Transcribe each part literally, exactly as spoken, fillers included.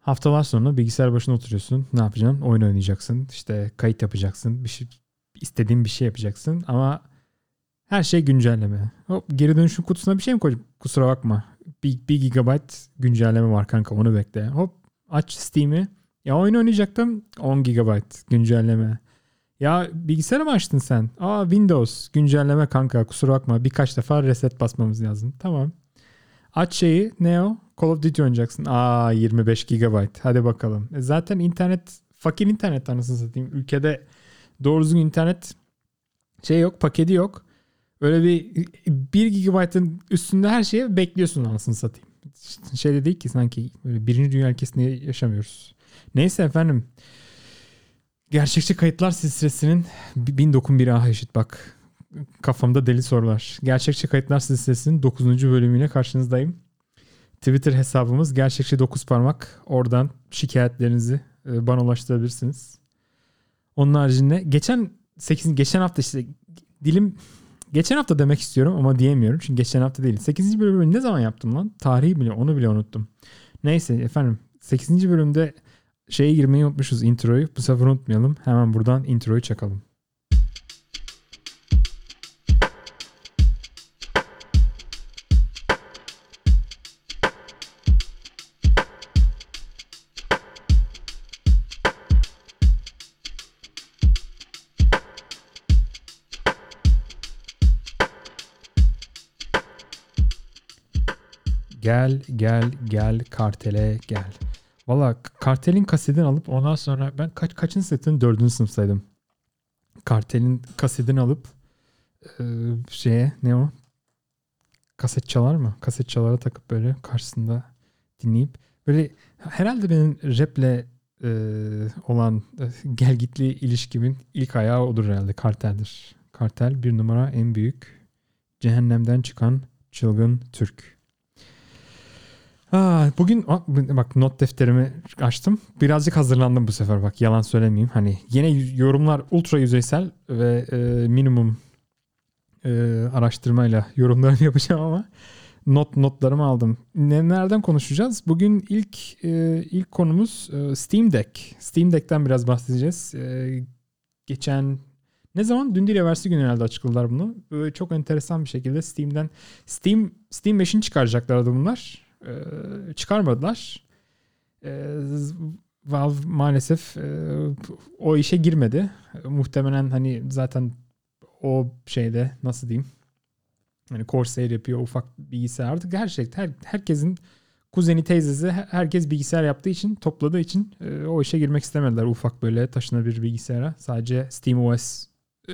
Haftalar sonra bilgisayar başına oturuyorsun. Ne yapacaksın? Oyun oynayacaksın. İşte kayıt yapacaksın. Bir şey, istediğin bir şey yapacaksın. Ama her şey güncelleme. Hop, geri dönüşüm kutusuna bir şey mi koydum? Kusura bakma. Bir, bir gigabayt güncelleme var kanka. Onu bekle. Hop, aç Steam'i. Ya oyun oynayacaktım. on gigabayt güncelleme. Ya bilgisayarı mı açtın sen? Aa, Windows güncelleme kanka. Kusura bakma. Birkaç defa reset basmamız lazım. Tamam. Aç şeyi. Ne o? Call of Duty oynayacaksın. Aa, yirmi beş gigabayt. Hadi bakalım. E zaten internet, fakir internet anasını satayım. Ülkede doğru düzgün internet şey yok, paketi yok. Öyle bir bir gigabaytın üstünde her şeyi bekliyorsun anasını satayım. Şey de değil ki sanki böyle birinci dünya ülkesinde yaşamıyoruz. Neyse efendim. Gerçekçi kayıtlar silsilesinin bin dokun bir ah eşit bak. Kafamda deli sorular. Gerçekçi kayıtlar silsilesinin dokuzuncu bölümüyle karşınızdayım. Twitter hesabımız gerçekçi dokuz parmak. Oradan şikayetlerinizi bana ulaştırabilirsiniz. Onun haricinde geçen sekiz geçen hafta işte dilim geçen hafta demek istiyorum ama diyemiyorum. Çünkü geçen hafta değil. sekizinci bölümü ne zaman yaptım lan? Tarihi bile onu bile unuttum. Neyse efendim. sekizinci bölümde şeye girmeyi unutmuşuz, introyu. Bu sefer unutmayalım. Hemen buradan introyu çakalım. Gel gel gel kartele gel. Valla kartelin kasetini alıp ondan sonra ben kaç kaçıncı sınıftaydım? Dördüncü sınıftaydım. Kartelin kasetini alıp e, şeye ne o? Kaset çalar mı? Kaset çalara takıp böyle karşısında dinleyip böyle herhalde benim raple e, olan e, gelgitli ilişkimin ilk ayağı odur herhalde. Karteldir. Kartel bir numara en büyük cehennemden çıkan çılgın Türk. Aa, bugün bak not defterimi açtım. Birazcık hazırlandım bu sefer bak yalan söylemeyeyim. Hani yine yorumlar ultra yüzeysel ve e, minimum e, araştırmayla yorumlarımı yapacağım ama not notlarımı aldım. Ne, nereden konuşacağız? Bugün ilk e, ilk konumuz e, Steam Deck. Steam Deck'ten biraz bahsedeceğiz. E, geçen ne zaman? Dün değil evvelsi gün herhalde açıkladılar bunu. Böyle çok enteresan bir şekilde Steam'den Steam Steam beşini çıkaracaklardı bunlar. Ee, çıkarmadılar. Ee, Valve maalesef e, o işe girmedi. E, muhtemelen hani zaten o şeyde nasıl diyeyim? Hani Corsair yapıyor ufak bilgisayar artık her şey her, herkesin kuzeni teyzesi herkes bilgisayar yaptığı için topladığı için e, o işe girmek istemediler ufak böyle taşınabilir bilgisayara. Sadece SteamOS e,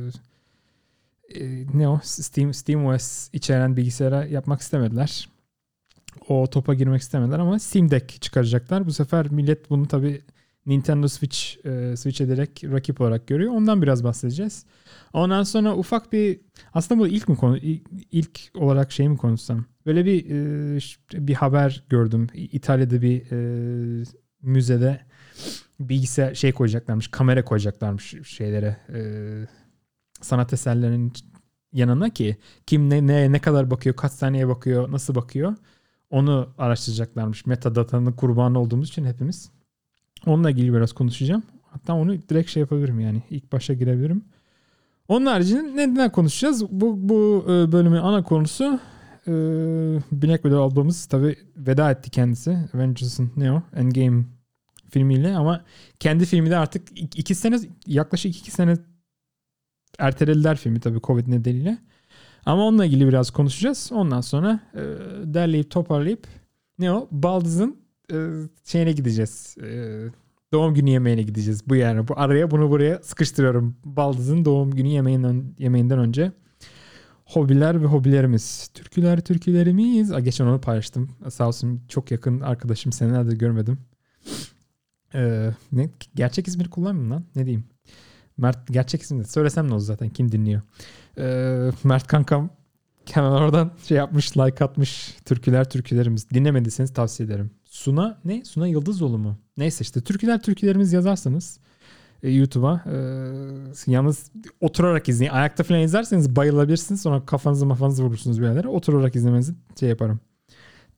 e, ne o? Steam SteamOS içeren bilgisayara yapmak istemediler. O topa girmek istemediler ama Steam Deck çıkaracaklar. Bu sefer millet bunu tabii Nintendo Switch e, Switch ederek rakip olarak görüyor. Ondan biraz bahsedeceğiz. Ondan sonra ufak bir aslında bu ilk mi konu ilk, ilk olarak şey mi konuşsam? Böyle bir e, bir haber gördüm. İtalya'da bir e, müzede bilgisayar şey koyacaklarmış, kamera koyacaklarmış şeylere e, sanat eserlerinin yanına ki kim ne ne ne kadar bakıyor, kaç saniyeye bakıyor, nasıl bakıyor. Onu araştıracaklarmış. Metadatanın kurbanı olduğumuz için hepimiz. Onunla ilgili biraz konuşacağım. Hatta onu direkt şey yapabilirim yani. İlk başa girebilirim. Onun haricinde neden konuşacağız? Bu, bu bölümün ana konusu e, Black Widow ablamız tabii veda etti kendisi. Avengers'ın ne o? Endgame filmiyle ama kendi filmi de artık iki sene yaklaşık iki sene ertelediler filmi tabii Covid nedeniyle. Ama onunla ilgili biraz konuşacağız. Ondan sonra e, derleyip toparlayıp ne o? Baldız'ın e, şeyine gideceğiz. E, doğum günü yemeğine gideceğiz. Bu yani. Bu araya bunu buraya sıkıştırıyorum. Baldız'ın doğum günü yemeğinden, yemeğinden önce. Hobiler ve hobilerimiz. Türküler türkülerimiz. Aa, geçen onu paylaştım. Sağ olsun çok yakın arkadaşım. Senelerdir görmedim. E, ne? Gerçek ismini kullanmayayım lan. Ne diyeyim? Mert gerçek ismini söylesem ne olur zaten. Kim dinliyor? Ee, Mert kankam hemen oradan şey yapmış, like atmış. Türküler türkülerimiz. Dinlemediyseniz tavsiye ederim. Suna ne? Suna Yıldızoğlu mu? Neyse işte Türküler türkülerimiz yazarsanız e, YouTube'a e, yalnız oturarak izleyin. Ayakta falan izlerseniz bayılabilirsiniz. Sonra kafanızı mafanızı vurursunuz bir yerlere. Oturarak izlemenizi şey yaparım.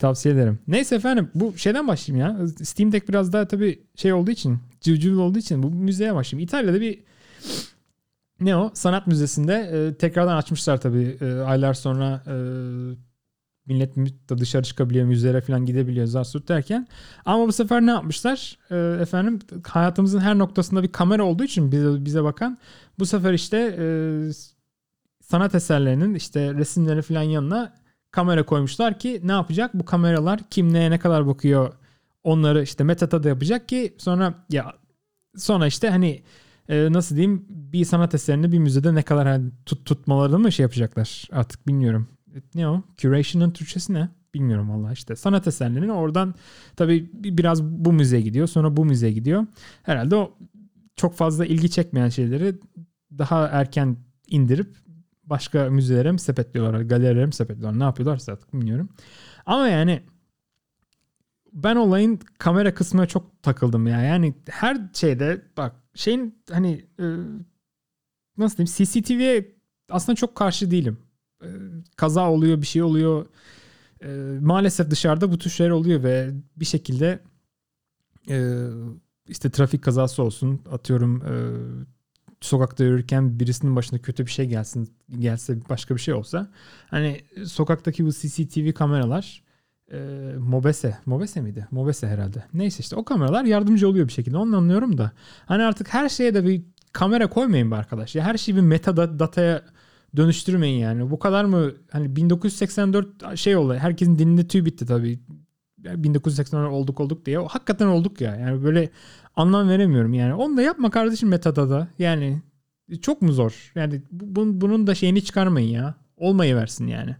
Tavsiye ederim. Neyse efendim bu şeyden başlayayım ya. Steam Deck biraz daha tabii şey olduğu için, civciv olduğu için bu müzeye başlayayım. İtalya'da bir ne o? Sanat müzesinde e, tekrardan açmışlar tabii. E, aylar sonra e, millet de dışarı çıkabiliyor, müzelere falan gidebiliyor zarsut derken. Ama bu sefer ne yapmışlar? E, efendim hayatımızın her noktasında bir kamera olduğu için bize, bize bakan bu sefer işte e, sanat eserlerinin işte resimleri falan yanına kamera koymuşlar ki ne yapacak? Bu kameralar kim neye ne kadar bakıyor onları işte metadata yapacak ki sonra ya sonra işte hani e, nasıl diyeyim bir sanat eserini bir müzede ne kadar hani tut, tutmalarını mı şey yapacaklar artık bilmiyorum. Ne o? Curation'ın Türkçesi ne? Bilmiyorum vallahi işte. Sanat eserlerinin oradan tabii biraz bu müzeye gidiyor sonra bu müzeye gidiyor. Herhalde o çok fazla ilgi çekmeyen şeyleri daha erken indirip başka müzelere mi sepetliyorlar, galerilere mi sepetliyorlar, ne yapıyorlarsa artık bilmiyorum. Ama yani ben olayın kamera kısmına çok takıldım ya. Yani her şeyde bak şeyin hani e, nasıl diyeyim C C T V'ye aslında çok karşı değilim. E, kaza oluyor, bir şey oluyor. E, maalesef dışarıda bu tür şeyler oluyor ve bir şekilde e, işte trafik kazası olsun atıyorum e, sokakta yürürken birisinin başına kötü bir şey gelsin gelse başka bir şey olsa hani sokaktaki bu C C T V kameralar e, Mobese Mobese miydi? Mobese herhalde. Neyse işte o kameralar yardımcı oluyor bir şekilde. Onu anlıyorum da hani artık her şeye de bir kamera koymayın be arkadaş. Ya her şeyi bir metadata'ya dönüştürmeyin yani. Bu kadar mı hani bin dokuz yüz seksen dört şey oldu. Herkesin dilinde tüy bitti tabii. bin dokuz yüz seksen dört olduk olduk diye. O, hakikaten olduk ya. Yani böyle anlam veremiyorum yani. Onu da yapma kardeşim metadata. Yani çok mu zor? Yani bu, bunun da şeyini çıkarmayın ya. Olmayı versin yani.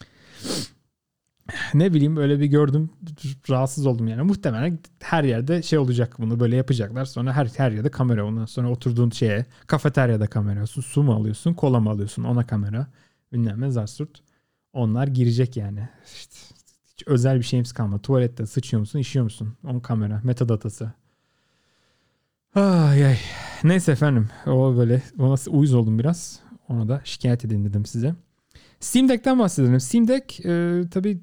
Ne bileyim böyle bir gördüm rahatsız oldum yani. Muhtemelen her yerde şey olacak bunu böyle yapacaklar. Sonra her her yerde kamera ondan sonra oturduğun şeye kafeteryada kamera su, su mu alıyorsun kola mı alıyorsun ona kamera. Bilmem ne zarsurt. Onlar girecek yani. İşte, hiç özel bir şeyimiz kalmadı. Tuvalette sıçıyor musun işiyor musun? On kamera metadatası. Ay ay. Neyse efendim. O böyle ona uyuz oldum biraz. Ona da şikayet edin dedim size. Steam Deck'ten bahsedelim. Steam Deck e, tabii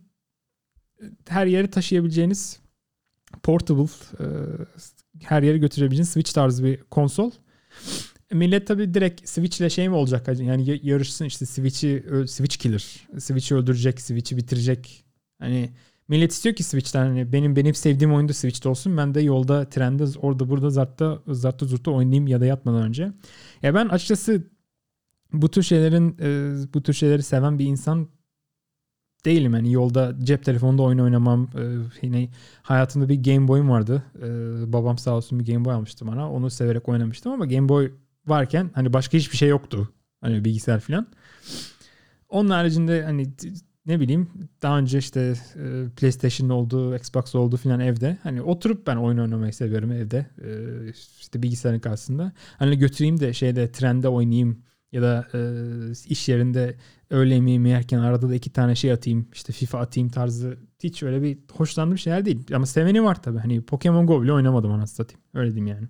her yere taşıyabileceğiniz portable e, her yere götürebileceğiniz Switch tarzı bir konsol. Millet tabii direkt Switch ile şey mi olacak? Yani yarışsın işte Switch'i Switch killer. Switch'i öldürecek, Switch'i bitirecek. Hani millet istiyor ki Switch'ten hani benim benim sevdiğim oyunda Switch'te olsun. Ben de yolda, trende, orada burada zartta zartta zurtta oynayayım ya da yatmadan önce. Ya ben açıkçası bu tür şeylerin e, bu tür şeyleri seven bir insan değilim. Yani yolda cep telefonunda oyun oynamam. Ee, yine hayatımda bir Game Boy'um vardı. Ee, babam sağ olsun bir Game Boy almıştı bana. Onu severek oynamıştım ama Game Boy varken hani başka hiçbir şey yoktu. Hani bilgisayar falan. Onun haricinde hani ne bileyim daha önce işte e, PlayStation oldu, Xbox oldu falan evde. Hani oturup ben oyun oynamayı seviyorum evde. Ee, işte bilgisayarın karşısında. Hani götüreyim de şeyde trende oynayayım ya da e, iş yerinde öğle yemeğimi yerken arada da iki tane şey atayım işte FIFA atayım tarzı hiç öyle bir hoşlandığım şeyler değil. Ama seveni var tabii. Hani Pokemon Go bile oynamadım anasını satayım. Öyle diyeyim yani.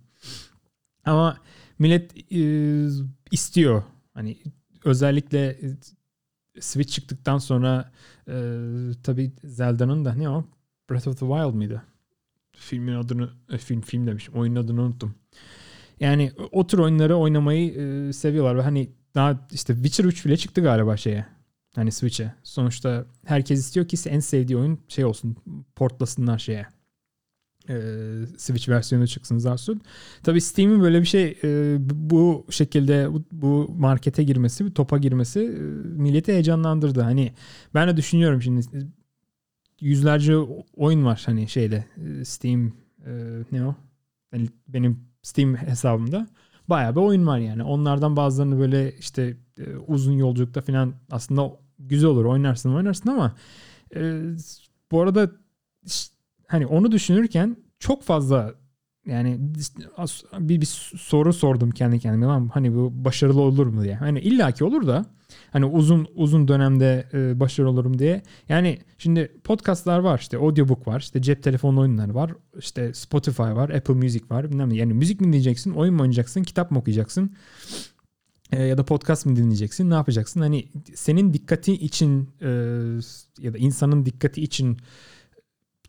Ama millet e, istiyor. Hani özellikle Switch çıktıktan sonra e, tabii Zelda'nın da ne o? Breath of the Wild mıydı? Filmin adını film film demişim. Oyunun adını unuttum. Yani o tür oyunları oynamayı e, seviyorlar ve hani daha işte Witcher üç bile çıktı galiba şeye. Hani Switch'e. Sonuçta herkes istiyor ki en sevdiği oyun şey olsun. Portlasınlar şeye. Ee, Switch versiyonu çıksın zaten. Tabii Steam'in böyle bir şey e, bu şekilde bu, bu markete girmesi, bir topa girmesi e, milleti heyecanlandırdı. Hani ben de düşünüyorum şimdi yüzlerce oyun var hani şeyde Steam e, ne o? Yani benim Steam hesabımda bayağı bir oyun var yani. Onlardan bazılarını böyle işte e, uzun yolculukta falan aslında güzel olur. Oynarsın oynarsın ama e, bu arada hani onu düşünürken çok fazla yani bir, bir soru sordum kendi kendime. Lan hani bu başarılı olur mu diye. Hani illaki olur da hani uzun uzun dönemde e, başarılı olurum diye. Yani şimdi podcastlar var, işte audiobook var, işte cep telefonu oyunları var, işte Spotify var, Apple Music var. Bilmem ne. Yani müzik mi dinleyeceksin, oyun mu oynayacaksın, kitap mı okuyacaksın? E, ya da podcast mı dinleyeceksin? Ne yapacaksın? Hani senin dikkati için e, ya da insanın dikkati için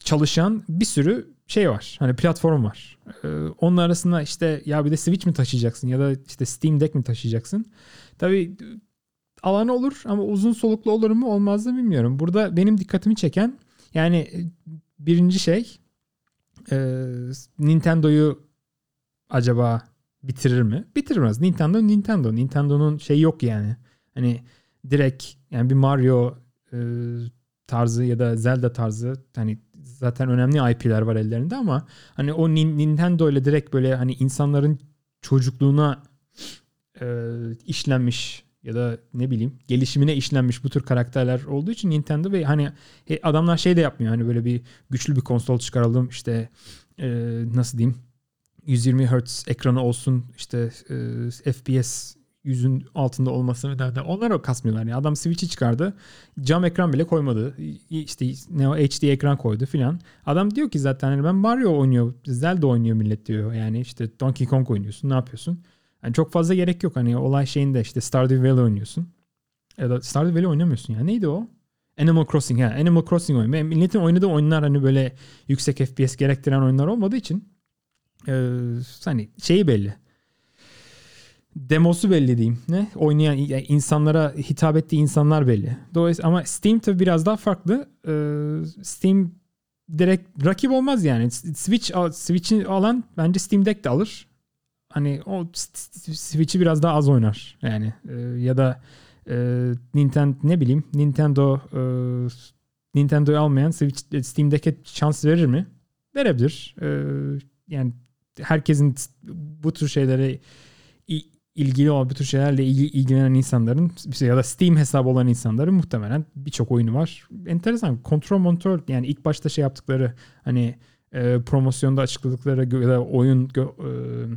çalışan bir sürü şey var. Hani platform var. Ee, onun arasında işte ya bir de Switch mi taşıyacaksın ya da işte Steam Deck mi taşıyacaksın? Tabii alanı olur ama uzun soluklu olur mu olmaz mı bilmiyorum. Burada benim dikkatimi çeken yani birinci şey e, Nintendo'yu acaba bitirir mi? Bitirmez. Nintendo Nintendo. Nintendo'nun şey yok yani. Hani direkt yani bir Mario e, tarzı ya da Zelda tarzı hani zaten önemli I P'ler var ellerinde ama hani o Nintendo ile direkt böyle hani insanların çocukluğuna e, işlenmiş ya da ne bileyim gelişimine işlenmiş bu tür karakterler olduğu için Nintendo ve hani adamlar şey de yapmıyor hani böyle bir güçlü bir konsol çıkaralım işte e, nasıl diyeyim yüz yirmi hertz ekranı olsun işte e, F P S yüzün altında olmasını derler. Onları kasmıyorlar. Yani adam Switch'i çıkardı. Cam ekran bile koymadı. İşte ne o H D ekran koydu filan. Adam diyor ki zaten hani ben Mario oynuyor, Zelda oynuyor millet diyor. Yani işte Donkey Kong oynuyorsun. Ne yapıyorsun? Yani çok fazla gerek yok. Hani olay şeyinde işte Stardew Valley oynuyorsun. Ya da Stardew Valley oynamıyorsun ya. Neydi o? Animal Crossing. Ha, Animal Crossing oynuyor. Milletin oynadığı oyunlar hani böyle yüksek F P S gerektiren oyunlar olmadığı için Ee, hani şeyi belli. Demosu belli diyeyim. Ne? Oynayan yani insanlara hitap ettiği insanlar belli. Dolayısıyla ama Steam tabii biraz daha farklı. Ee, Steam direkt rakip olmaz yani. Switch Switch'i alan bence Steam Deck de alır. Hani o Switch'i biraz daha az oynar. Yani e, ya da e, Nintendo ne bileyim Nintendo e, Nintendo'yu almayan Switch Steam Deck'e şans verir mi? Verebilir. E, yani herkesin bu tür şeylere ilgili olan bu tür şeylerle ilgilenen insanların ya da Steam hesabı olan insanların muhtemelen birçok oyunu var. Enteresan. Kontrol montör yani ilk başta şey yaptıkları hani e, promosyonda açıkladıkları ya da oyun gö, e,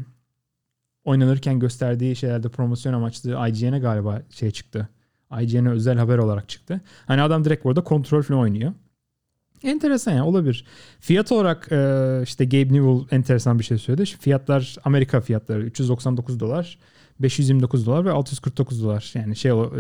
oynanırken gösterdiği şeylerde promosyon amaçlı I G N'e galiba şey çıktı. I G N'e özel haber olarak çıktı. Hani adam direkt orada kontrol falan oynuyor. Enteresan yani olabilir. Fiyat olarak e, işte Gabe Newell enteresan bir şey söyledi. Şu fiyatlar Amerika fiyatları üç yüz doksan dokuz dolar, beş yüz yirmi dokuz dolar ve altı yüz kırk dokuz dolar. Yani şey e,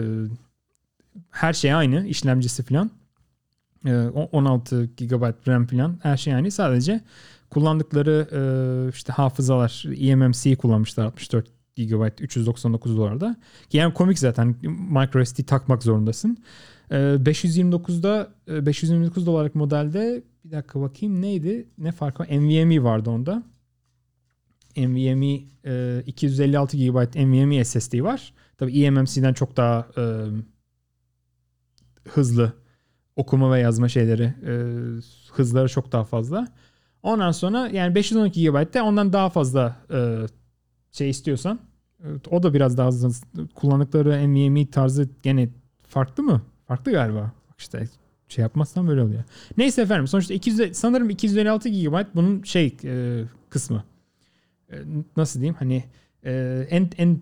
her şey aynı işlemcisi falan. E, on altı gigabayt RAM falan her şey aynı. Sadece kullandıkları e, işte hafızalar e M M C kullanmışlar altmış dört gigabayt üç yüz doksan dokuz dolarda. Yani komik zaten microSD takmak zorundasın. beş yüz yirmi dokuzda beş yüz yirmi dokuz dolarlık modelde bir dakika bakayım neydi? Ne farkı var? NVMe vardı onda. NVMe iki yüz elli altı gigabayt NVMe S S D var. Tabii E M M C'den çok daha e, hızlı okuma ve yazma şeyleri e, hızları çok daha fazla. Ondan sonra yani beş yüz on iki gigabayt'te ondan daha fazla e, şey istiyorsan o da biraz daha hızlı. Kullandıkları NVMe tarzı gene farklı mı? Farklı galiba. Bak işte şey yapmazsam böyle oluyor. Neyse efendim sonuçta iki yüz, sanırım iki yüz elli altı gigabayt bunun şey e, kısmı. E, nasıl diyeyim hani e, en en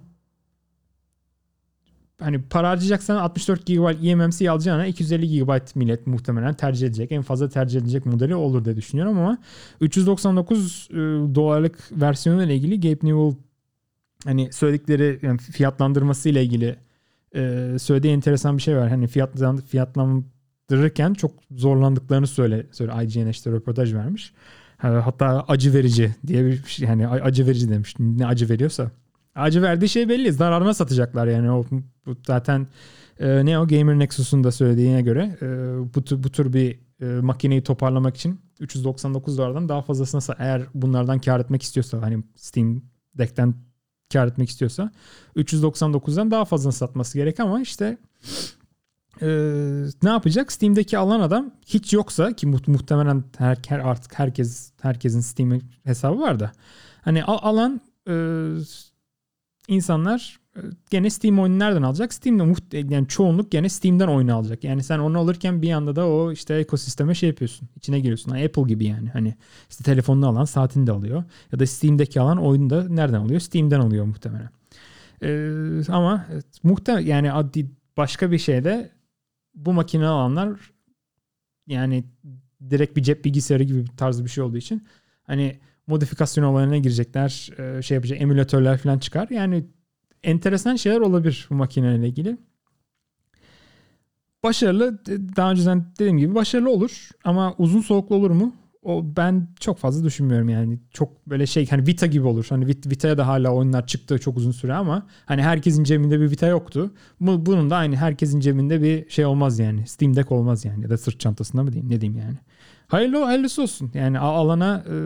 hani para harcayacaksan altmış dört gigabayt E M M C alacağına iki yüz elli gigabayt millet muhtemelen tercih edecek. En fazla tercih edilecek modeli olur diye düşünüyorum ama üç yüz doksan dokuz e, dolarlık versiyonu ile ilgili Gabe Newell hani söyledikleri yani fiyatlandırması ile ilgili e, söylediği enteresan bir şey var. Hani fiyatlan, fiyatlandırırken çok zorlandıklarını söyle, söyle I G N'e işte röportaj vermiş. Hatta acı verici diye bir şey yani acı verici demiş. Ne acı veriyorsa. Acı verdiği şey belli. Zararına satacaklar yani. O bu zaten e, ne o Gamer Nexus'un da söylediğine göre e, bu tür bu tür bir e, makineyi toparlamak için üç yüz doksan dokuz dolardan daha fazlasına eğer bunlardan kar etmek istiyorsa hani Steam Deck'ten kar etmek istiyorsa üç yüz doksan dokuzdan daha fazla satması gerek ama işte e, ne yapacak? Steam'deki alan adam hiç yoksa ki mu- muhtemelen her, her artık herkes herkesin Steam hesabı var da hani al- alan e, insanlar e, gene Steam oyunu nereden alacak? Steam'de muht- yani çoğunluk gene Steam'den oyunu alacak. Yani sen onu alırken bir yanda da o işte ekosisteme şey yapıyorsun. İçine giriyorsun. Yani Apple gibi yani. Hani işte telefonunu alan saatini de alıyor. Ya da Steam'deki alan oyunu da nereden alıyor? Steam'den alıyor muhtemelen. Ee, ama muhtemelen yani adli başka bir şeyde bu makine alanlar yani direkt bir cep bilgisayarı gibi bir tarzı bir şey olduğu için hani modifikasyon olayına girecekler. E, şey yapacak emülatörler falan çıkar. Yani enteresan şeyler olabilir bu makineyle ilgili. Başarılı, daha önceden dediğim gibi başarılı olur ama uzun soluklu olur mu? O ben çok fazla düşünmüyorum yani. Çok böyle şey hani Vita gibi olur. Hani Vita'ya da hala oyunlar çıktı çok uzun süre ama hani herkesin cebinde bir Vita yoktu. Bu, bunun da aynı herkesin cebinde bir şey olmaz yani. Steam Deck olmaz yani ya da sırt çantasında mı diyeyim ne diyeyim yani. Hayırlı hayırlısı olsun. Yani alana e,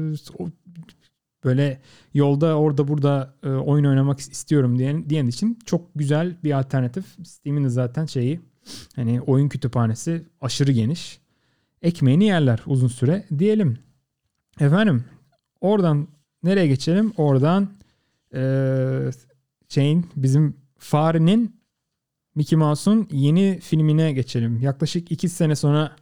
böyle yolda orada burada e, oyun oynamak istiyorum diyen, diyen için çok güzel bir alternatif. Steam'in de zaten şeyi hani oyun kütüphanesi aşırı geniş. Ekmeğini yerler uzun süre diyelim. Efendim oradan nereye geçelim? Oradan e, şeyin bizim farenin Mickey Mouse'un yeni filmine geçelim. Yaklaşık iki sene sonra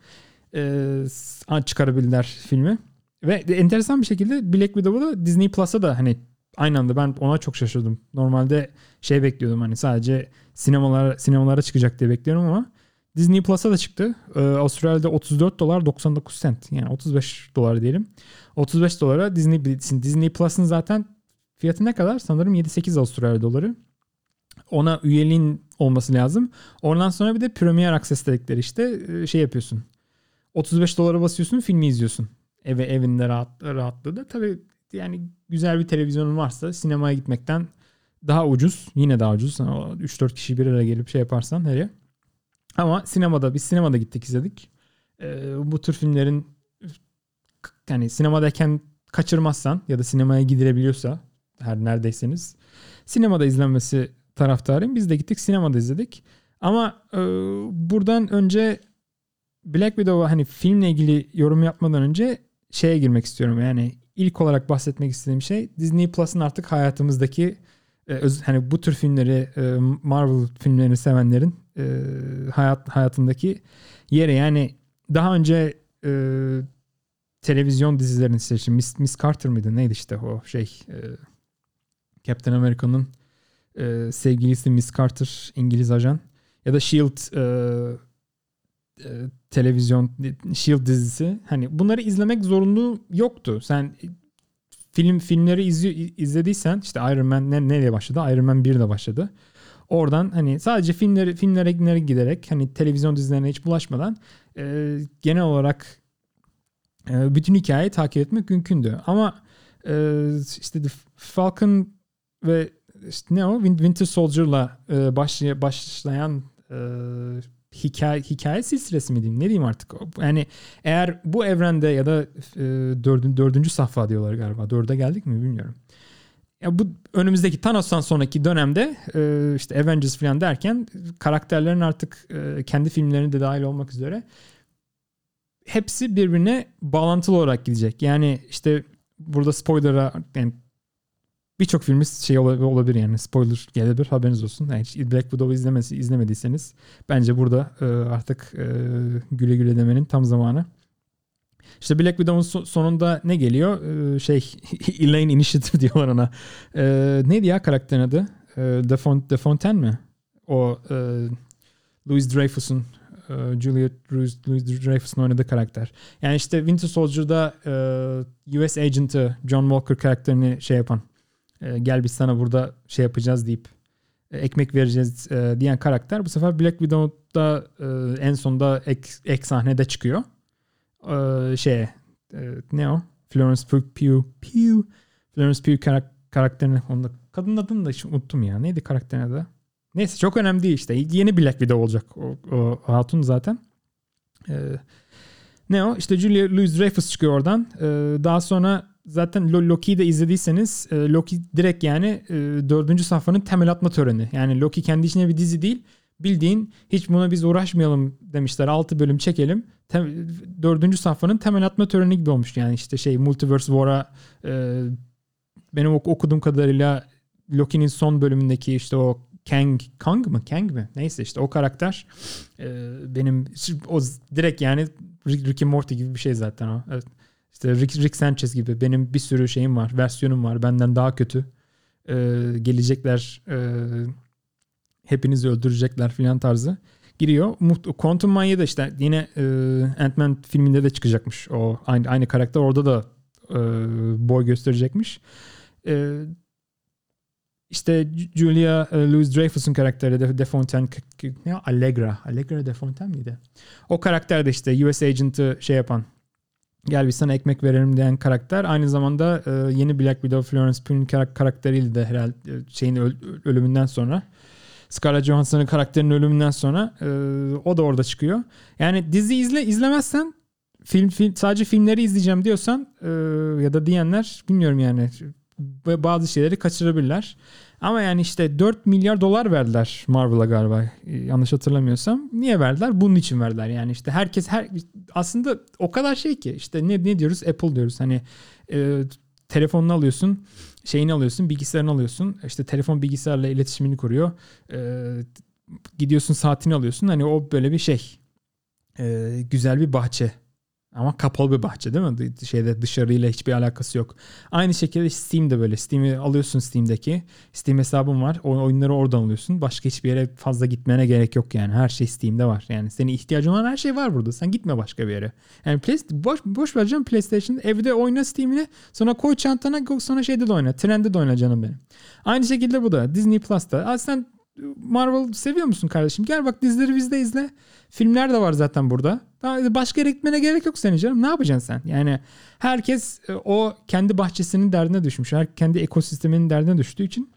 e, çıkarabildiler filmi. Ve enteresan bir şekilde Black Widow'u da Disney Plus'a da hani aynı anda ben ona çok şaşırdım. Normalde şey bekliyordum hani sadece sinemalara, sinemalara çıkacak diye bekliyorum ama Disney Plus'a da çıktı. Ee, Avustralya'da otuz dört dolar doksan dokuz sent yani otuz beş dolar diyelim. otuz beş dolara Disney Disney Plus'ın zaten fiyatı ne kadar? Sanırım yedi sekiz Avustralya doları. Ona üyeliğin olması lazım. Ondan sonra bir de Premier Access dedikleri işte şey yapıyorsun. otuz beş dolara basıyorsun, filmi izliyorsun. Eve evinde rahat, rahatlığı da tabii yani güzel bir televizyonun varsa sinemaya gitmekten daha ucuz. Yine daha ucuz. üç dört kişi bir araya gelip şey yaparsan her yer. Ama sinemada biz sinemada gittik izledik. Ee, bu tür filmlerin yani sinemadayken kaçırmazsan ya da sinemaya gidilebiliyorsa her neredeyseniz sinemada izlenmesi taraftarıyım. Biz de gittik sinemada izledik. Ama e, buradan önce Black Widow'a hani filmle ilgili yorum yapmadan önce şeye girmek istiyorum. Yani ilk olarak bahsetmek istediğim şey Disney Plus'ın artık hayatımızdaki e, öz, hani bu tür filmleri e, Marvel filmlerini sevenlerin e, hayat hayatındaki yeri. Yani daha önce e, televizyon dizilerini seçtim. Miss, Miss Carter mıydı? Neydi işte o şey e, Captain America'nın e, sevgilisi Miss Carter, İngiliz ajan. Ya da Shield e, e, televizyon Shield dizisi. Hani bunları izlemek zorunluluğu yoktu. Sen film filmleri izli, izlediysen işte Iron Man ne, nereye başladı? Iron Man bir de başladı. Oradan hani sadece filmleri filmlere giderek hani televizyon dizilerine hiç bulaşmadan e, genel olarak e, bütün hikayeyi takip etmek mümkündü. Ama e, işte The Falcon ve işte ne o Winter Soldier'la e, başlay- başlayan e, hikaye hikaye silsilesi mi diyeyim ne diyeyim artık. Yani eğer bu evrende ya da e, dördüncü, dördüncü safha diyorlar galiba. Dörde geldik mi bilmiyorum. Ya bu önümüzdeki Thanos'tan sonraki dönemde e, işte Avengers falan derken karakterlerin artık e, kendi filmlerine de dahil olmak üzere hepsi birbirine bağlantılı olarak gidecek. Yani işte burada spoiler'a yani birçok filmimiz şey olabilir yani spoiler gelebilir haberiniz olsun. Yani hiç Black Widow'u izlemesi, izlemediyseniz bence burada e, artık e, güle güle demenin tam zamanı. İşte Black Widow'un sonunda ne geliyor? Ee, şey Elaine Initiative diyorlar ona. Ee, neydi ya karakterin adı? Ee, De, Font, De Fontaine mi? O e, Louis Dreyfus'un e, Juliet Louis, Louis Dreyfus'un oynadığı karakter. Yani işte Winter Soldier'da e, U S Agent'ı John Walker karakterini şey yapan e, gel biz sana burada şey yapacağız deyip e, ekmek vereceğiz e, diyen karakter bu sefer Black Widow'da e, en sonunda ek, ek sahnede çıkıyor. Ee, şey e, ne o? Florence Pugh Pugh Pugh Florence Pugh karak- karakterini onu kadının adını da hiç unuttum ya. Neydi karakterin adı? Neyse çok önemli değil işte. Yeni Black Widow olacak o, o hatun zaten. Ee, ne o? İşte Julia Louis-Dreyfus çıkıyor oradan. Ee, daha sonra zaten Loki'yi de izlediyseniz e, Loki direkt yani e, dördüncü safhanın temel atma töreni. Yani Loki kendi içine bir dizi değil. Bildiğin hiç buna biz uğraşmayalım demişler. altı bölüm çekelim. Tem, dördüncü safhanın temel atma töreni gibi olmuş. Yani işte şey Multiverse War'a e, benim okuduğum kadarıyla Loki'nin son bölümündeki işte o Kang, Kang mı? Kang mı? Neyse işte o karakter e, benim o direkt yani Rick and Morty gibi bir şey zaten o. Evet. İşte Rick, Rick Sanchez gibi benim bir sürü şeyim var, versiyonum var. Benden daha kötü. E, gelecekler e, hepinizi öldürecekler filan tarzı giriyor. Quantum Mania da işte yine e, Ant-Man filminde de çıkacakmış. O aynı aynı karakter orada da e, boy gösterecekmiş. E, İşte Julia Louis-Dreyfus'un karakteri de, de Fontaine ne Allegra. Allegra de Fontaine miydi? O karakter de işte U S Agent'ı şey yapan, gel biz sana ekmek verelim diyen karakter. Aynı zamanda e, yeni Black Widow Florence Pugh'un karakteriyle de herhalde şeyin öl- ölümünden sonra, Scarlett Johansson'ın karakterinin ölümünden sonra e, o da orada çıkıyor. Yani dizi izle izlemezsen film, film sadece filmleri izleyeceğim diyorsan e, ya da diyenler bilmiyorum yani bazı şeyleri kaçırabilirler. Ama yani işte dört milyar dolar verdiler Marvel'a galiba. Yanlış hatırlamıyorsam. Niye verdiler? Bunun için verdiler. Yani işte herkes her aslında o kadar şey ki işte ne ne diyoruz? Apple diyoruz. Hani e, telefonunu alıyorsun, şeyini alıyorsun, bilgisayarını alıyorsun. İşte telefon bilgisayarla iletişimini kuruyor. E, gidiyorsun saatini alıyorsun. Hani o böyle bir şey. E, güzel bir bahçe. Ama kapalı bir bahçe değil mi? Şeyde dışarıyla hiçbir alakası yok. Aynı şekilde Steam'de böyle. Steam'i alıyorsun Steam'deki. Steam hesabın var. O oyunları oradan alıyorsun. Başka hiçbir yere fazla gitmene gerek yok yani. Her şey Steam'de var. Yani senin ihtiyacın olan her şey var burada. Sen gitme başka bir yere. Yani Play, boş, boş vereceğim PlayStation'da. Evde oyna Steam'ini. Sonra koy çantana. Sonra şeyde de oyna. Trende de oyna canım benim. Aynı şekilde bu da. Disney Plus'ta. Aa, sen Marvel seviyor musun kardeşim? Gel bak dizileri bizde izle. Filmler de var zaten burada. Daha başka yere gitmene gerek yok senin canım. Ne yapacaksın sen? Yani herkes o kendi bahçesinin derdine düşmüş. Her kendi ekosisteminin derdine düştüğü için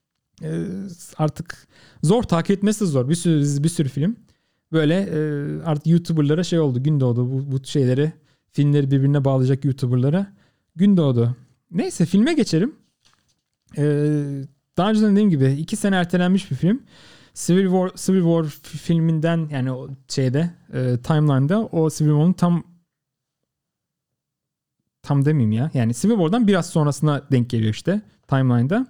artık zor, takip etmesi zor. Bir sürü bir sürü film. Böyle artık YouTuber'lara şey oldu. Gün doğdu. Bu, bu şeyleri, filmleri birbirine bağlayacak YouTuber'lara gün doğdu. Neyse filme geçelim. Eee Daha önce dediğim gibi iki sene ertelenmiş bir film. Civil War Civil War filminden yani o şeyde e, timeline'da o Civil War'un tam tam demeyeyim ya. Yani Civil War'dan biraz sonrasına denk geliyor işte timeline'da.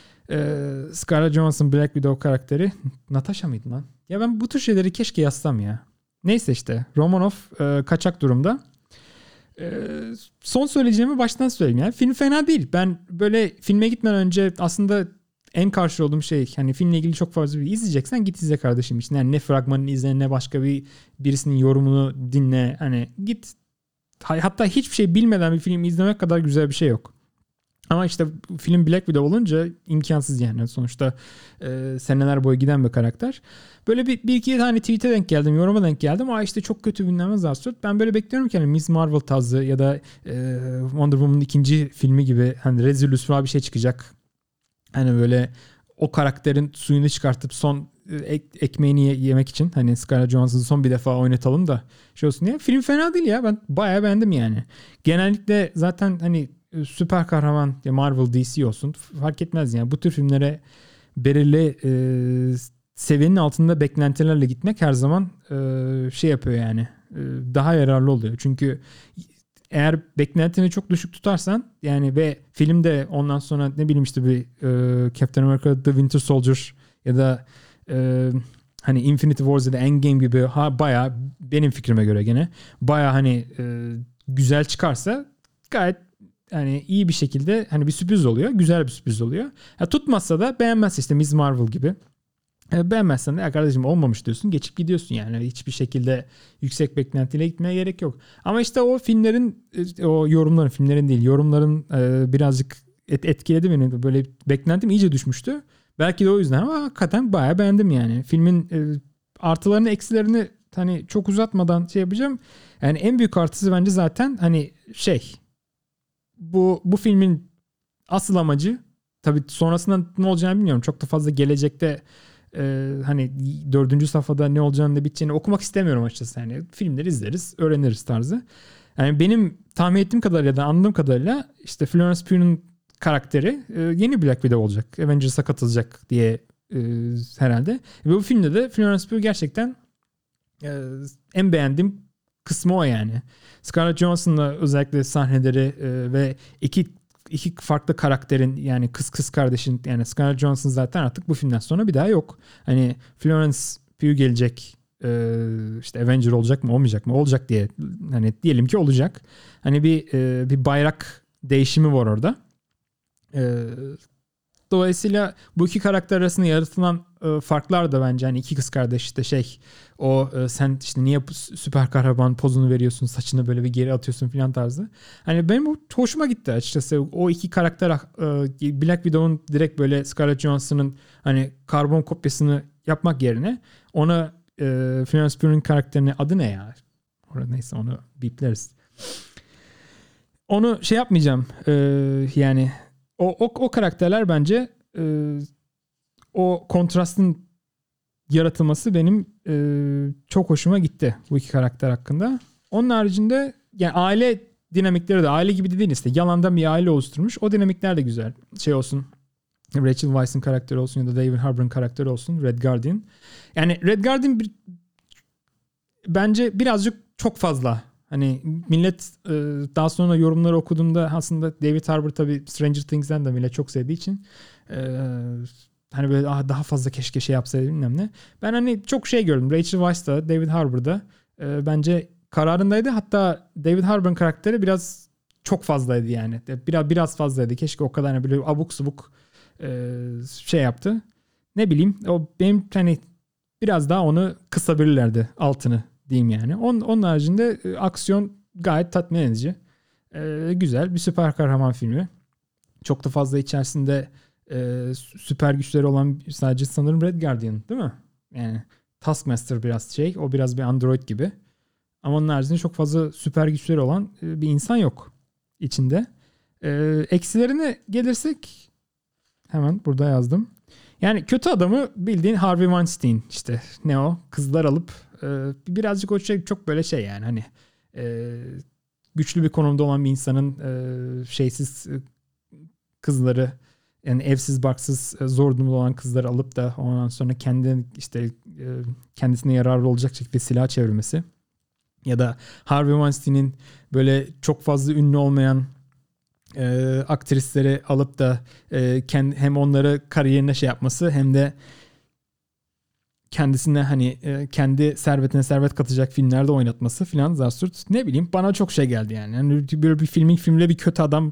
E, Scarlett Johansson Black Widow karakteri Natasha mıydı lan? Ya ben bu tür şeyleri keşke yazsam ya. Neyse işte Romanoff e, kaçak durumda. E, son söyleyeceğimi baştan söyleyeyim ya. Film fena değil. Ben böyle filme gitmeden önce aslında en karşı olduğum şey hani filmle ilgili çok fazla bir izleyeceksen git izle kardeşim için. Yani ne fragmanını izle ne başka bir birisinin yorumunu dinle. Hani git hatta hiçbir şey bilmeden bir film izlemek kadar güzel bir şey yok. Ama işte film Black Widow olunca imkansız yani. Sonuçta e, seneler boyu giden bir karakter. Böyle bir, bir iki tane tweet'e denk geldim, yoruma denk geldim. Aa işte çok kötü bilinmez absürt. Ben böyle bekliyorum ki hani Miz Marvel tarzı ya da e, Wonder Woman'ın ikinci filmi gibi hani rezil falan bir şey çıkacak. Hani böyle o karakterin suyunu çıkartıp son ek, ekmeğini yemek için hani Scarlett Johansson'ı son bir defa oynatalım da şey olsun diye. Film fena değil ya. Ben bayağı beğendim yani. Genellikle zaten hani süper kahraman ya Marvel D C olsun fark etmez yani. Bu tür filmlere belirli e, seviyenin altında beklentilerle gitmek her zaman e, şey yapıyor yani. E, daha yararlı oluyor. Çünkü eğer beklentini çok düşük tutarsan yani ve filmde ondan sonra ne bileyim işte bir e, Captain America The Winter Soldier ya da e, hani Infinity Wars ya da Endgame gibi ha bayağı benim fikrime göre gene bayağı hani e, güzel çıkarsa gayet hani iyi bir şekilde hani bir sürpriz oluyor. Güzel bir sürpriz oluyor. Ha, tutmazsa da beğenmezse işte Miz Marvel gibi. E, beğenmezsen de ya kardeşim olmamış diyorsun. Geçip gidiyorsun yani. Hiçbir şekilde yüksek beklentiyle gitmeye gerek yok. Ama işte o filmlerin o yorumların filmlerin değil yorumların e, birazcık et, etkiledi beni. Böyle beklentim iyice düşmüştü. Belki de o yüzden ama hakikaten bayağı beğendim yani. Filmin e, artılarını eksilerini hani çok uzatmadan şey yapacağım. Yani en büyük artısı bence zaten hani şey bu bu filmin asıl amacı tabii sonrasında ne olacağını bilmiyorum. Çok da fazla gelecekte e, hani dördüncü safhada ne olacağını ne biteceğini okumak istemiyorum açıkçası. Yani filmleri izleriz, öğreniriz tarzı. Yani benim tahmin ettiğim kadarıyla da anladığım kadarıyla işte Florence Pugh'un karakteri e, yeni Black Widow olacak. Avengers'a katılacak diye e, herhalde. Ve bu filmde de Florence Pugh gerçekten e, en beğendiğim kısmı o yani. Scarlett Johansson'la özellikle sahneleri e, ve iki iki farklı karakterin yani kız kız kardeşin yani Scarlett Johansson zaten artık bu filmden sonra bir daha yok. Hani Florence Pugh gelecek e, işte Avenger olacak mı olmayacak mı olacak diye hani diyelim ki olacak. Hani bir e, bir bayrak değişimi var orada. E, Dolayısıyla bu iki karakter arasında yaratılan e, farklar da bence hani iki kız kardeş işte şey o e, sen işte niye süper kahraman pozunu veriyorsun, saçını böyle bir geri atıyorsun filan tarzı. Hani benim bu hoşuma gitti açıkçası. O iki karakter e, Black Widow'un direkt böyle Scarlett Johansson'ın hani karbon kopyasını yapmak yerine ona e, Florence Pugh'un karakterine adı ne ya? Orada neyse onu bipleriz. Onu şey yapmayacağım. E, yani o, o, o karakterler bence e, o kontrastın yaratılması benim e, çok hoşuma gitti bu iki karakter hakkında. Onun haricinde yani aile dinamikleri de aile gibi de değil işte. Yalandan bir aile oluşturmuş. O dinamikler de güzel. Şey olsun. Rachel Weisz'in karakteri olsun ya da David Harbour'ın karakteri olsun. Red Guardian. Yani Red Guardian bir, bence birazcık çok fazla. Hani millet e, daha sonra yorumları okuduğumda aslında David Harbour tabii Stranger Things'den de millet çok sevdiği için e, hani böyle ah, daha fazla keşke şey yapsaydı bilmem ne. Ben hani çok şey gördüm. Rachel Weisz'da, David Harbour'da e, bence kararındaydı. Hatta David Harbour'ın karakteri biraz çok fazlaydı yani. Biraz biraz fazlaydı. Keşke o kadar hani böyle abuk subuk e, şey yaptı. Ne bileyim o benim hani biraz daha onu kısabilirlerdi altını diyeyim yani. Onun, onun haricinde e, aksiyon gayet tatmin edici. E, güzel bir süper kahraman filmi. Çok da fazla içerisinde e, süper güçleri olan sadece sanırım Red Guardian değil mi? Yani Taskmaster biraz şey. O biraz bir android gibi. Ama onun haricinde çok fazla süper güçleri olan e, bir insan yok içinde. E, eksilerine gelirsek hemen burada yazdım. Yani kötü adamı bildiğin Harvey Weinstein işte ne o kızlar alıp e, birazcık o şey çok böyle şey yani hani e, güçlü bir konumda olan bir insanın e, şeysiz e, kızları yani evsiz barksız e, zor durumda olan kızları alıp da ondan sonra kendi işte e, kendisine yararlı olacak şekilde silah çevirmesi ya da Harvey Weinstein'in böyle çok fazla ünlü olmayan e, aktrisleri alıp da e, kendi, hem onları kariyerine şey yapması hem de kendisine hani e, kendi servetine servet katacak filmlerde oynatması filan zarsurt. Ne bileyim bana çok şey geldi yani. Yani böyle bir filmin filmde bir kötü adam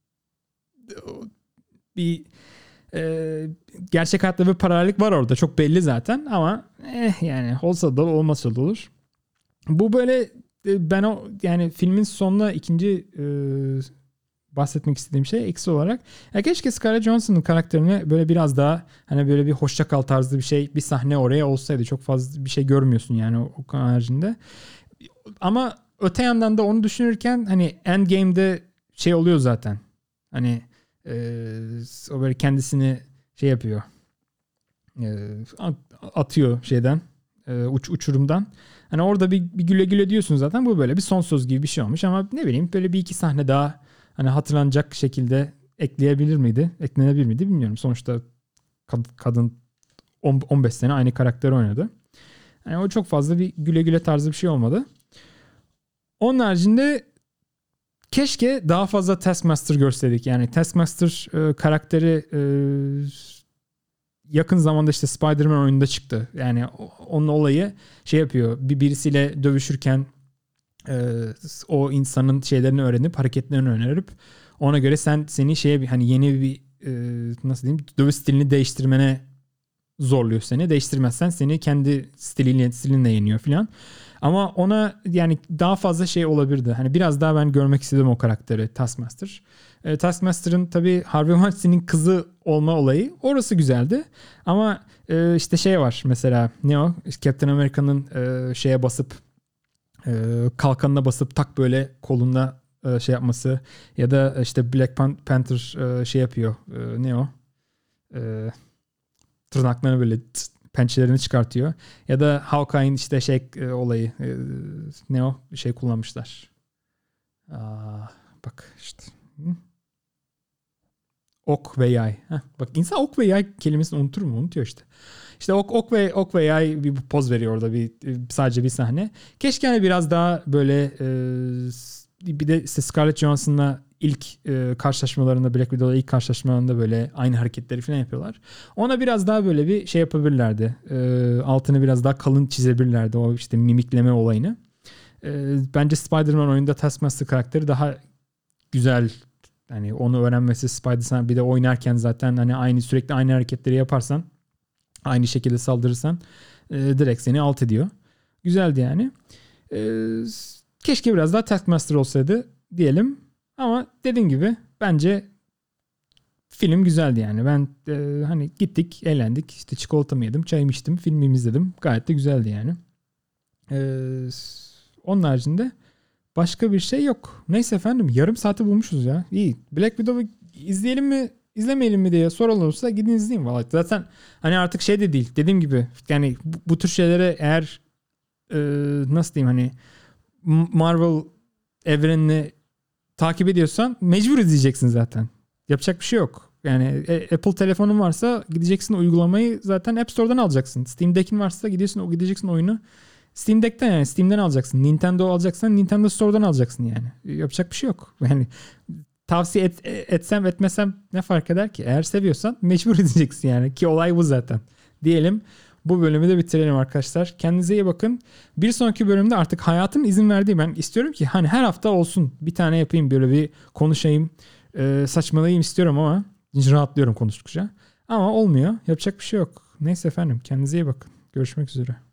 bir e, gerçek hayatta bir paralellik var orada. Çok belli zaten ama eh, yani olsa da olmasa da olur. Bu böyle e, ben o yani filmin sonuna ikinci e, bahsetmek istediğim şey eksi olarak ya keşke Scarlett Johansson'ın karakterini böyle biraz daha hani böyle bir hoşça kal tarzı bir şey bir sahne oraya olsaydı çok fazla bir şey görmüyorsun yani o, o haricinde. Ama öte yandan da onu düşünürken hani Endgame'de şey oluyor zaten. Hani e, o böyle kendisini şey yapıyor. E, atıyor şeyden e, uç uçurumdan. Hani orada bir, bir güle güle diyorsun zaten bu böyle bir son söz gibi bir şey olmuş ama ne bileyim böyle bir iki sahne daha hani hatırlanacak şekilde ekleyebilir miydi? Eklenebilir miydi bilmiyorum. Sonuçta kadın on beş sene aynı karakteri oynadı. Yani o çok fazla bir güle güle tarzı bir şey olmadı. Onun haricinde keşke daha fazla Taskmaster görseydik. Yani Taskmaster e, karakteri e, yakın zamanda işte Spider-Man oyununda çıktı. Yani onun olayı şey yapıyor. Bir birisiyle dövüşürken e, o insanın şeylerini öğrenip hareketlerini öğrenip ona göre sen seni şeye bir hani yeni bir e, nasıl diyeyim dövüş stilini değiştirmene zorluyor seni. Değiştirmezsen seni kendi stiliyle stilinle yeniyor filan. Ama ona yani daha fazla şey olabilirdi. Hani biraz daha ben görmek istedim o karakteri Taskmaster. E, Taskmaster'ın tabii Harvey Weinstein'in kızı olma olayı orası güzeldi. Ama e, işte şey var mesela ne o? Captain America'nın e, şeye basıp e, kalkanına basıp tak böyle kolunda e, şey yapması ya da işte Black Panther e, şey yapıyor. E, ne o? E, tırnaklarını böyle tıs, pençelerini çıkartıyor. Ya da Hawkeye'in işte şey e, olayı e, ne o? Şey kullanmışlar. Aa, bak işte. Hı? Ok ve yay. Heh, bak insan ok ve yay kelimesini unutur mu? Unutuyor işte. İşte ok, ok ve ok ve yay bir poz veriyor orada bir sadece bir sahne. Keşke hani biraz daha böyle e, bir de işte Scarlett Johansson'la ilk e, karşılaşmalarında Black Widow'la ilk karşılaşmalarında böyle aynı hareketleri falan yapıyorlar. Ona biraz daha böyle bir şey yapabilirlerdi. E, altını biraz daha kalın çizebilirlerdi o işte mimikleme olayını. E, bence Spider-Man oyunda Taskmaster karakteri daha güzel hani onu öğrenmesi Spider-Man, bir de oynarken zaten hani aynı sürekli aynı hareketleri yaparsan, aynı şekilde saldırırsan e, direkt seni alt ediyor. Güzeldi yani. E, keşke biraz daha Taskmaster olsaydı diyelim. Ama dediğim gibi bence film güzeldi yani. Ben e, hani gittik, eğlendik. İşte çikolatamı yedim, çayımı içtim, filmimi izledim. Gayet de güzeldi yani. E, onun haricinde başka bir şey yok. Neyse efendim, yarım saati bulmuşuz ya. İyi. Black Widow'u izleyelim mi, izlemeyelim mi diye soran olursa gidin izleyin. Vallahi zaten hani artık şey de değil. Dediğim gibi yani bu, bu tür şeylere eğer e, nasıl diyeyim, hani Marvel evrenini takip ediyorsan mecbur izleyeceksin zaten. Yapacak bir şey yok. Yani e, Apple telefonun varsa gideceksin, uygulamayı zaten App Store'dan alacaksın. Steam Deck'in varsa gidiyorsun, o gideceksin oyunu Steam Deck'ten, yani Steam'den alacaksın. Nintendo alacaksan Nintendo Store'dan alacaksın yani. Yapacak bir şey yok. Yani tavsiye et, etsem etmesem ne fark eder ki? Eğer seviyorsan mecbur edeceksin yani. Ki olay bu zaten. Diyelim bu bölümü de bitirelim arkadaşlar. Kendinize iyi bakın. Bir sonraki bölümde artık hayatın izin verdiği, ben istiyorum ki hani her hafta olsun bir tane yapayım, böyle bir konuşayım. Ee, saçmalayayım istiyorum ama rahatlıyorum konuştukça. Ama olmuyor. Yapacak bir şey yok. Neyse efendim, kendinize iyi bakın. Görüşmek üzere.